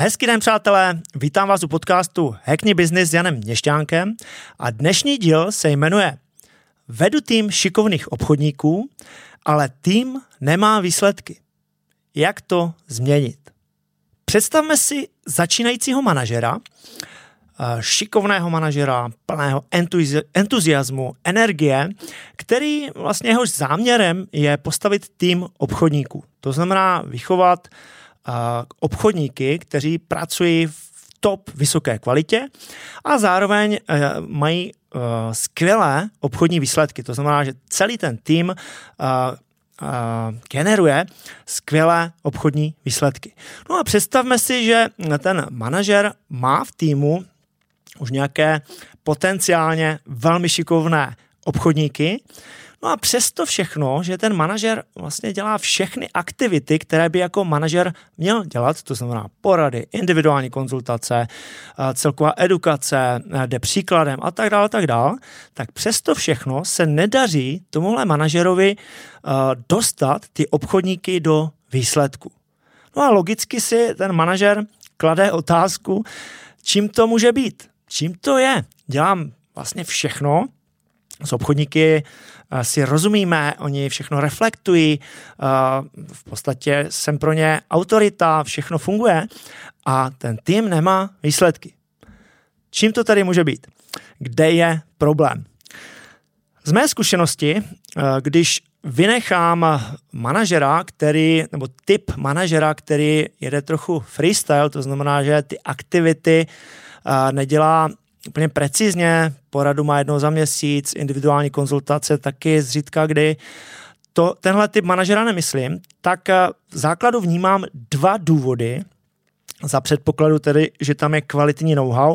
Hezký den, přátelé, vítám vás u podcastu Hackni Business s Janem Měšťánkem a dnešní díl se jmenuje Vedu tým šikovných obchodníků, ale tým nemá výsledky. Jak to změnit? Představme si začínajícího manažera, šikovného manažera, plného entuziasmu, energie, který vlastně jehož záměrem je postavit tým obchodníků. To znamená vychovat obchodníky, kteří pracují v top vysoké kvalitě a zároveň mají skvělé obchodní výsledky. To znamená, že celý ten tým generuje skvělé obchodní výsledky. No a představme si, že ten manažer má v týmu už nějaké potenciálně velmi šikovné obchodníky. No a přesto všechno, že ten manažer vlastně dělá všechny aktivity, které by jako manažer měl dělat, to znamená porady, individuální konzultace, celková edukace, jde příkladem a tak dále, tak přesto všechno se nedaří tomuhle manažerovi dostat ty obchodníky do výsledku. No a logicky si ten manažer klade otázku, čím to může být, čím to je. Dělám vlastně všechno, s obchodníky si rozumíme, oni všechno reflektují, v podstatě jsem pro ně autorita, všechno funguje a ten tým nemá výsledky. Čím to tady může být? Kde je problém? Z mé zkušenosti, když vynechám manažera, nebo typ manažera, který jede trochu freestyle, to znamená, že ty aktivity nedělá úplně precizně, poradu má jednou za měsíc, individuální konzultace taky zřídka kdy. Tenhle typ manažera nemyslím, tak v základu vnímám dva důvody, za předpokladu tedy, že tam je kvalitní know-how,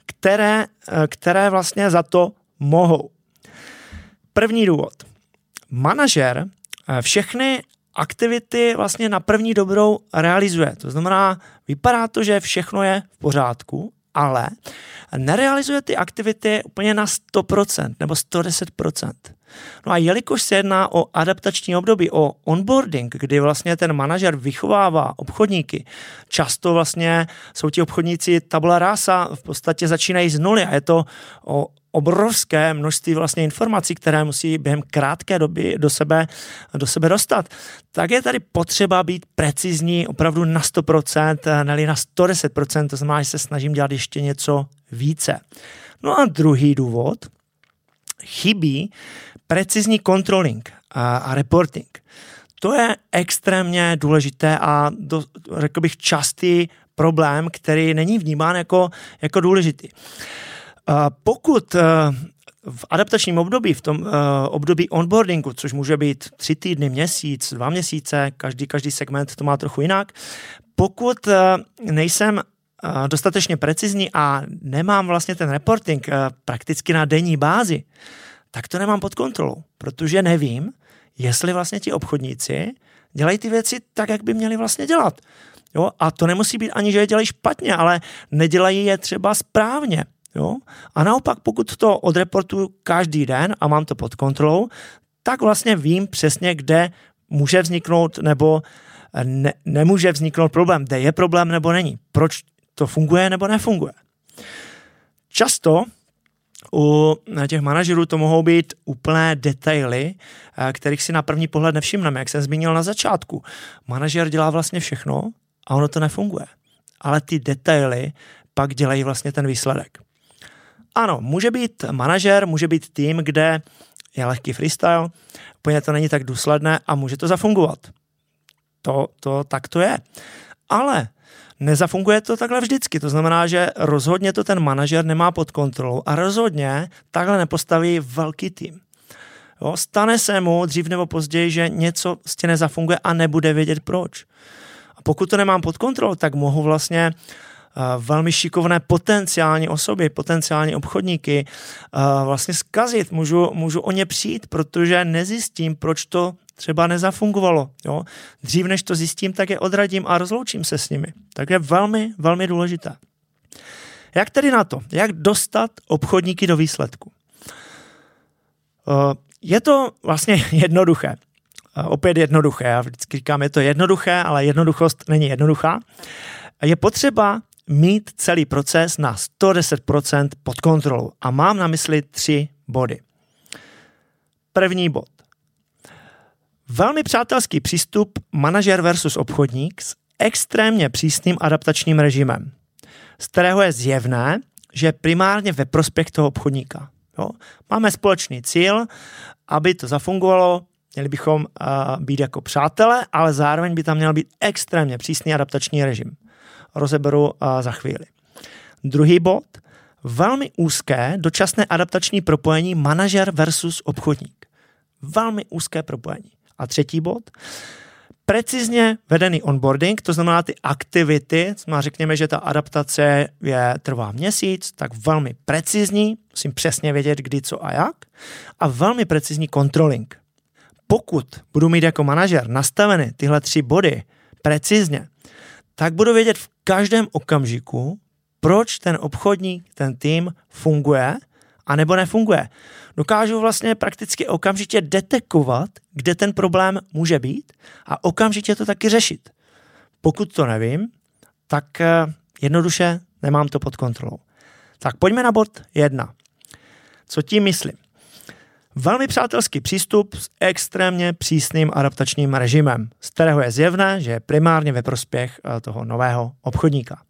které vlastně za to mohou. První důvod. Manažer všechny aktivity vlastně na první dobrou realizuje. To znamená, vypadá to, že všechno je v pořádku, ale nerealizuje ty aktivity úplně na 100% nebo 110%. No a jelikož se jedná o adaptační období, o onboarding, kdy vlastně ten manažer vychovává obchodníky, často vlastně jsou ti obchodníci tabula rasa, v podstatě začínají z nuly a je to o obrovské množství vlastně informací, které musí během krátké doby do sebe dostat, tak je tady potřeba být precizní opravdu na 100%, ne na 110%, to znamená, že se snažím dělat ještě něco více. No a druhý důvod, chybí precizní controlling a reporting. To je extrémně důležité a řekl bych častý problém, který není vnímán jako důležitý. Pokud v adaptačním období, v tom období onboardingu, což může být 3 týdny, měsíc, 2 měsíce, každý segment to má trochu jinak, pokud nejsem dostatečně precizní a nemám vlastně ten reporting prakticky na denní bázi, tak to nemám pod kontrolou, protože nevím, jestli vlastně ti obchodníci dělají ty věci tak, jak by měli vlastně dělat. Jo? A to nemusí být ani, že je dělají špatně, ale nedělají je třeba správně. Jo? A naopak, pokud to odreportuju každý den a mám to pod kontrolou, tak vlastně vím přesně, kde může vzniknout nebo nemůže vzniknout problém, kde je problém nebo není, proč to funguje nebo nefunguje. Často u těch manažerů to mohou být úplné detaily, kterých si na první pohled nevšimneme, jak jsem zmínil na začátku. Manažer dělá vlastně všechno a ono to nefunguje. Ale ty detaily pak dělají vlastně ten výsledek. Ano, může být manažer, může být tým, kde je lehký freestyle, úplně to není tak důsledné a může to zafungovat. Tak to je. Ale nezafunguje to takhle vždycky. To znamená, že rozhodně to ten manažer nemá pod kontrolou a rozhodně takhle nepostaví velký tým. Jo, stane se mu dřív nebo později, že něco prostě nezafunguje a nebude vědět proč. A pokud to nemám pod kontrolou, tak mohu vlastně velmi šikovné potenciální osoby, potenciální obchodníky vlastně zkazit. Můžu o ně přijít, protože nezjistím, proč to třeba nezafungovalo. Jo? Dřív, než to zjistím, tak je odradím a rozloučím se s nimi. Tak je velmi, velmi důležité. Jak tedy na to? Jak dostat obchodníky do výsledku? Je to vlastně jednoduché. Opět jednoduché. Já vždycky říkám, je to jednoduché, ale jednoduchost není jednoduchá. je potřeba mít celý proces na 110% pod kontrolou. A mám na mysli 3 body. První bod. Velmi přátelský přístup manažer versus obchodník s extrémně přísným adaptačním režimem, z kterého je zjevné, že je primárně ve prospěch toho obchodníka. Jo? Máme společný cíl, aby to zafungovalo, měli bychom být jako přátelé, ale zároveň by tam měl být extrémně přísný adaptační režim. Rozeberu za chvíli. Druhý bod. Velmi úzké dočasné adaptační propojení manažer versus obchodník. Velmi úzké propojení. A třetí bod. Precizně vedený onboarding, to znamená ty aktivity, řekněme, že ta adaptace trvá měsíc, tak velmi precizní, musím přesně vědět, kdy, co a jak, a velmi precizní controlling. Pokud budu mít jako manažer nastaveny tyhle 3 body precizně, tak budu vědět v každém okamžiku, proč ten obchodník, ten tým funguje a nebo nefunguje. Dokážu vlastně prakticky okamžitě detekovat, kde ten problém může být a okamžitě to taky řešit. Pokud to nevím, tak jednoduše nemám to pod kontrolou. Tak pojďme na bod 1. Co tím myslím? Velmi přátelský přístup s extrémně přísným adaptačním režimem, z kterého je zjevné, že je primárně ve prospěch toho nového obchodníka.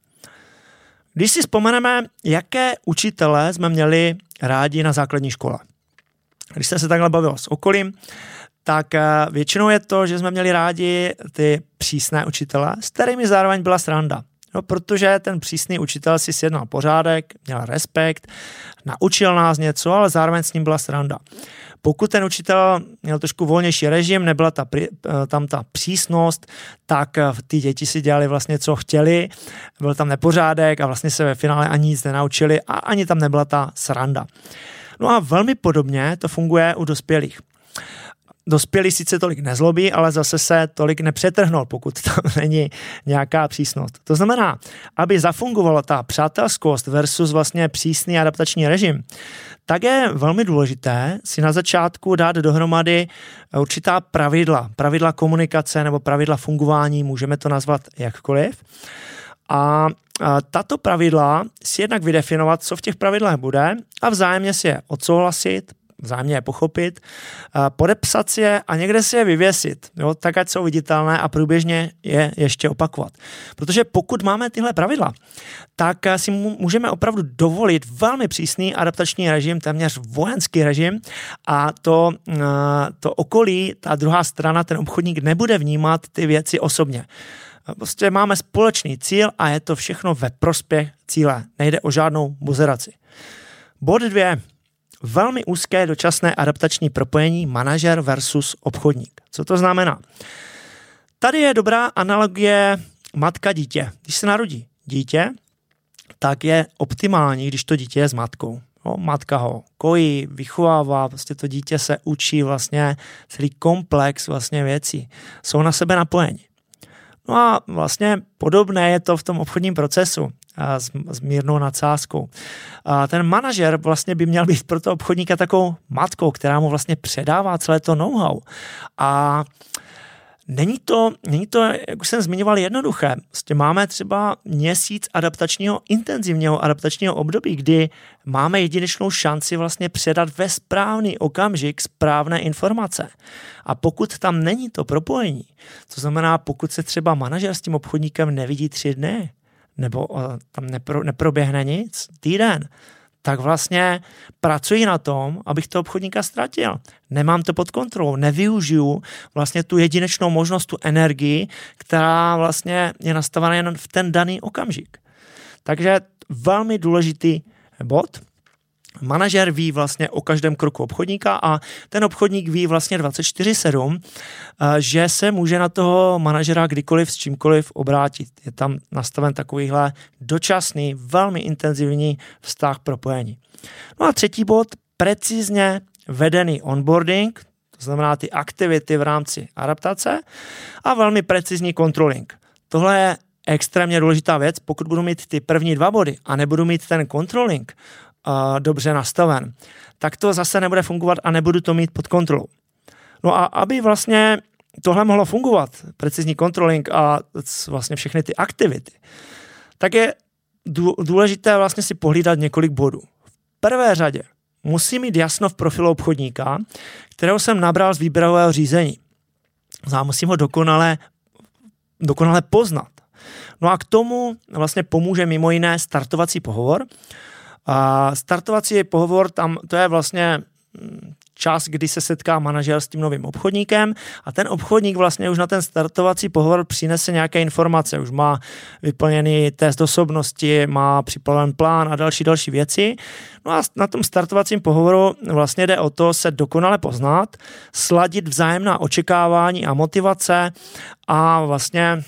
Když si vzpomeneme, jaké učitele jsme měli rádi na základní škole. Když se takhle bavilo s okolím, tak většinou je to, že jsme měli rádi ty přísné učitele, s kterými zároveň byla sranda. No, protože ten přísný učitel si sjednal pořádek, měl respekt, naučil nás něco, ale zároveň s ním byla sranda. Pokud ten učitel měl trošku volnější režim, nebyla tam ta přísnost, tak ty děti si dělali vlastně, co chtěli, byl tam nepořádek a vlastně se ve finále ani nic nenaučili a ani tam nebyla ta sranda. No a velmi podobně to funguje u dospělých. Dospělí sice tolik nezlobí, ale zase se tolik nepřetrhnou, pokud tam není nějaká přísnost. To znamená, aby zafungovala ta přátelskost versus vlastně přísný adaptační režim, tak je velmi důležité si na začátku dát dohromady určitá pravidla komunikace nebo pravidla fungování, můžeme to nazvat jakkoliv. A tato pravidla si jednak vydefinovat, co v těch pravidlech bude a vzájemně si je odsouhlasit, vzájemně je pochopit, podepsat si je a někde si je vyvěsit, jo, tak ať jsou viditelné a průběžně je ještě opakovat. Protože pokud máme tyhle pravidla, tak si můžeme opravdu dovolit velmi přísný adaptační režim, téměř vojenský režim a to okolí, ta druhá strana, ten obchodník nebude vnímat ty věci osobně. Prostě máme společný cíl a je to všechno ve prospěch cíle. Nejde o žádnou buzeraci. Bod 2. Velmi úzké dočasné adaptační propojení manažer versus obchodník. Co to znamená? Tady je dobrá analogie matka-dítě. Když se narodí dítě, tak je optimální, když to dítě je s matkou. No, matka ho kojí, vychovává, prostě to dítě se učí vlastně celý komplex vlastně věcí. Jsou na sebe napojeni. No a vlastně podobné je to v tom obchodním procesu s mírnou nadsázkou. Ten manažer vlastně by měl být pro toho obchodníka takovou matkou, která mu vlastně předává celé to know-how. A není to, jak už jsem zmiňoval, jednoduché. Vlastně máme třeba měsíc intenzivního adaptačního období, kdy máme jedinečnou šanci vlastně předat ve správný okamžik správné informace. A pokud tam není to propojení, to znamená, pokud se třeba manažer s tím obchodníkem nevidí 3 dny, nebo tam neproběhne nic, týden, tak vlastně pracuji na tom, abych toho obchodníka ztratil. Nemám to pod kontrolou, nevyužiju vlastně tu jedinečnou možnost, tu energii, která vlastně je nastavená jen v ten daný okamžik. Takže velmi důležitý bod. Manažer ví vlastně o každém kroku obchodníka a ten obchodník ví vlastně 24/7, že se může na toho manažera kdykoliv s čímkoliv obrátit. Je tam nastaven takovýhle dočasný, velmi intenzivní vztah propojení. No a třetí bod, precizně vedený onboarding, to znamená ty aktivity v rámci adaptace a velmi precizní controlling. Tohle je extrémně důležitá věc, pokud budu mít ty první 2 body a nebudu mít ten controlling dobře nastaven, tak to zase nebude fungovat a nebudu to mít pod kontrolou. No a aby vlastně tohle mohlo fungovat, precizní controlling a vlastně všechny ty aktivity, tak je důležité vlastně si pohlídat několik bodů. V prvé řadě musí mít jasno v profilu obchodníka, kterého jsem nabral z výběrového řízení. Musím ho dokonale poznat. No a k tomu vlastně pomůže mimo jiné startovací pohovor. A startovací pohovor, to je vlastně čas, kdy se setká manažer s tím novým obchodníkem a ten obchodník vlastně už na ten startovací pohovor přinese nějaké informace. Už má vyplněný test osobnosti, má připraven plán a další věci. No a na tom startovacím pohovoru vlastně jde o to se dokonale poznat, sladit vzájemná očekávání a motivace a vlastně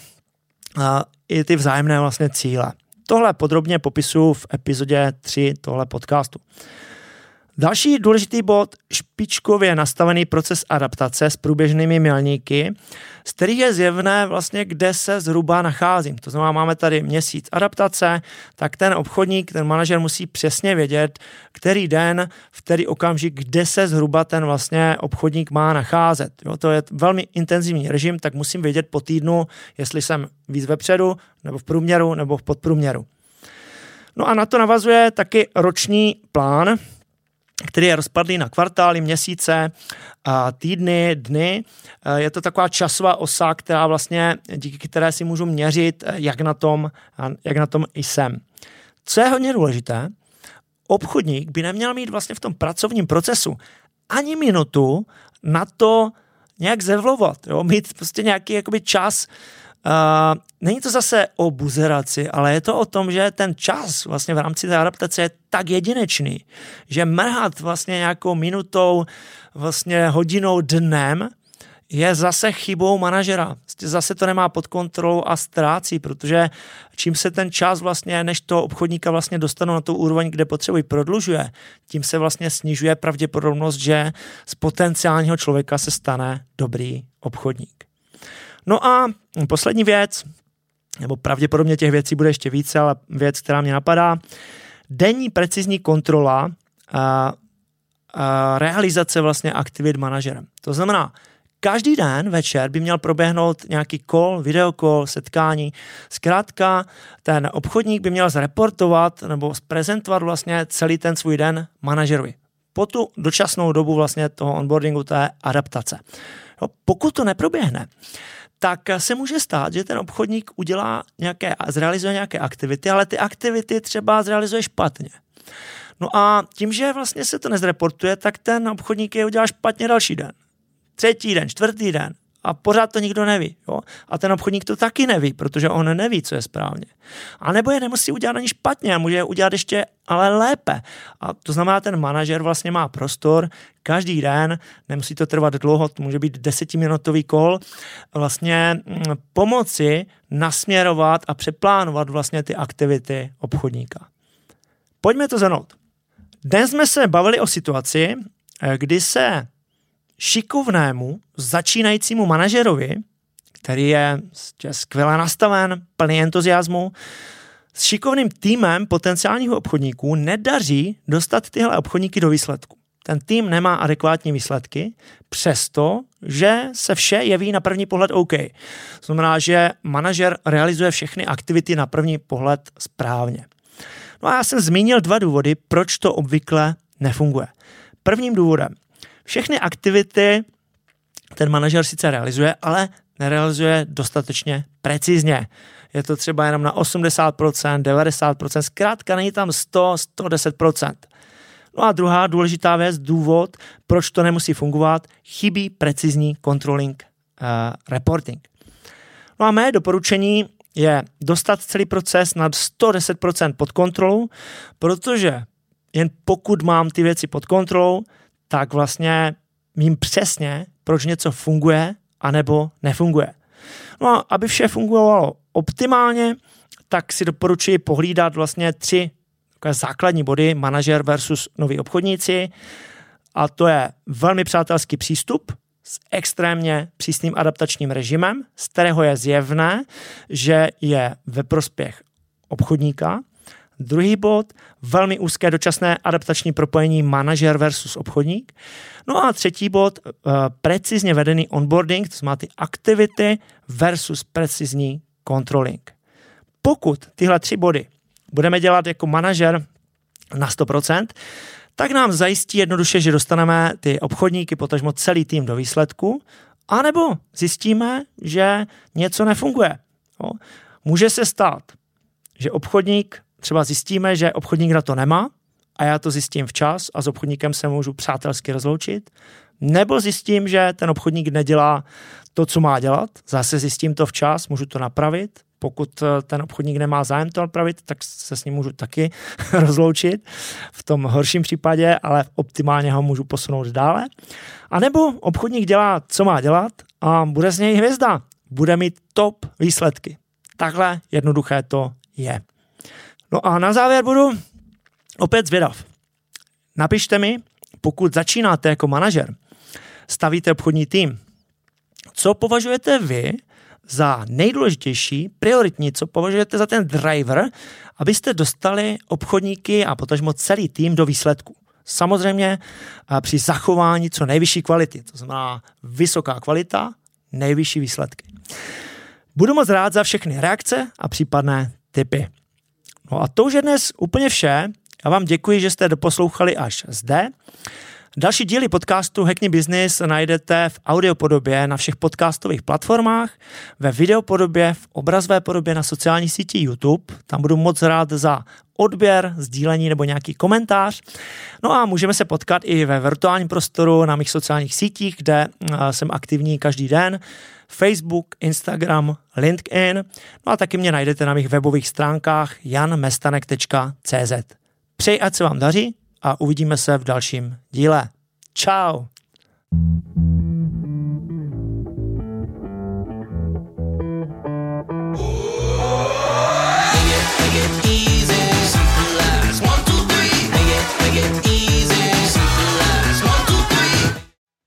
i ty vzájemné vlastně cíle. Tohle podrobně popisuju v epizodě 3 tohle podcastu. Další důležitý bod, špičkově nastavený proces adaptace s průběžnými milníky, z kterých je zjevné vlastně, kde se zhruba nacházím. To znamená, máme tady měsíc adaptace, tak ten obchodník, ten manažer musí přesně vědět, který den, v který okamžik, kde se zhruba ten vlastně obchodník má nacházet. Jo, to je velmi intenzivní režim, tak musím vědět po týdnu, jestli jsem víc vepředu, nebo v průměru, nebo v podprůměru. No a na to navazuje taky roční plán, který je rozpadlý na kvartály, měsíce, týdny, dny. Je to taková časová osa, která vlastně, díky které si můžu měřit, jak na tom jsem. Co je hodně důležité, obchodník by neměl mít vlastně v tom pracovním procesu ani minutu na to nějak zevlovat, jo? Mít prostě nějaký jakoby čas. Není to zase o buzeraci, ale je to o tom, že ten čas vlastně v rámci té adaptace je tak jedinečný, že mrhat vlastně nějakou minutou, vlastně hodinou, dnem je zase chybou manažera. Zase to nemá pod kontrolou a ztrácí, protože čím se ten čas vlastně, než toho obchodníka vlastně dostanou na tu úroveň, kde potřebují, prodlužuje, tím se vlastně snižuje pravděpodobnost, že z potenciálního člověka se stane dobrý obchodník. No a poslední věc, nebo pravděpodobně těch věcí bude ještě více, ale věc, která mě napadá, denní precizní kontrola realizace vlastně aktivit manažerem. To znamená, každý den večer by měl proběhnout nějaký call, videokol, setkání. Zkrátka, ten obchodník by měl zreportovat nebo zprezentovat vlastně celý ten svůj den manažerovi. Po tu dočasnou dobu vlastně toho onboardingu, té adaptace. Pokud to neproběhne, tak se může stát, že ten obchodník zrealizuje nějaké aktivity, ale ty aktivity třeba zrealizuje špatně. No a tím, že vlastně se to nezreportuje, tak ten obchodník je udělá špatně další den. 3. den, 4. den. A pořád to nikdo neví. Jo? A ten obchodník to taky neví, protože on neví, co je správně. A nebo je nemusí udělat ani špatně, může je udělat ještě ale lépe. A to znamená, ten manažer vlastně má prostor každý den, nemusí to trvat dlouho, to může být 10minutový call, vlastně pomoci nasměrovat a přeplánovat vlastně ty aktivity obchodníka. Pojďme to shrnout. Dnes jsme se bavili o situaci, kdy se šikovnému začínajícímu manažerovi, který je skvěle nastaven, plný entuziasmu, s šikovným týmem potenciálních obchodníků nedaří dostat tyhle obchodníky do výsledku. Ten tým nemá adekvátní výsledky, přesto, že se vše jeví na první pohled OK. To znamená, že manažer realizuje všechny aktivity na první pohled správně. No a já jsem zmínil 2 důvody, proč to obvykle nefunguje. Prvním důvodem, všechny aktivity ten manažer sice realizuje, ale nerealizuje dostatečně precizně. Je to třeba jenom na 80%, 90%, zkrátka není tam 100, 110%. No a druhá důležitá věc, důvod, proč to nemusí fungovat, chybí precizní controlling reporting. No a mé doporučení je dostat celý proces na 110% pod kontrolu, protože jen pokud mám ty věci pod kontrolou, tak vlastně vím přesně, proč něco funguje anebo nefunguje. No a aby vše fungovalo optimálně, tak si doporučuji pohlídat vlastně 3 základní body manažer versus noví obchodníci, a to je velmi přátelský přístup s extrémně přísným adaptačním režimem, z kterého je zjevné, že je ve prospěch obchodníka. Druhý bod, velmi úzké dočasné adaptační propojení manažer versus obchodník. No a třetí bod, precizně vedený onboarding, to znamená ty aktivity versus precizní controlling. pokud tyhle 3 body budeme dělat jako manažer na 100%, tak nám zajistí jednoduše, že dostaneme ty obchodníky, potažmo celý tým do výsledku, anebo zjistíme, že něco nefunguje. Může se stát, že třeba zjistíme, že obchodník na to nemá a já to zjistím včas a s obchodníkem se můžu přátelsky rozloučit, nebo zjistím, že ten obchodník nedělá to, co má dělat, zase zjistím to včas, můžu to napravit. Pokud ten obchodník nemá zájem to napravit, tak se s ním můžu taky rozloučit v tom horším případě, ale optimálně ho můžu posunout dále. A nebo obchodník dělá, co má dělat a bude z něj hvězda. Bude mít top výsledky. Takhle jednoduché to je. No a na závěr budu opět zvědav. Napište mi, pokud začínáte jako manažer, stavíte obchodní tým, co považujete vy za nejdůležitější, prioritní, co považujete za ten driver, abyste dostali obchodníky a potažmo celý tým do výsledku. Samozřejmě při zachování co nejvyšší kvality, to znamená vysoká kvalita, nejvyšší výsledky. Budu moc rád za všechny reakce a případné tipy. No a to už je dnes úplně vše. Já vám děkuji, že jste doposlouchali až zde. Další díly podcastu Hackni Business najdete v audiopodobě na všech podcastových platformách, ve videopodobě, v obrazové podobě na sociální síti YouTube. Tam budu moc rád za odběr, sdílení nebo nějaký komentář. No a můžeme se potkat i ve virtuálním prostoru na mých sociálních sítích, kde jsem aktivní každý den. Facebook, Instagram, LinkedIn. No a taky mě najdete na mých webových stránkách janmestanek.cz. Přeji, ať se vám daří a uvidíme se v dalším díle. Čau!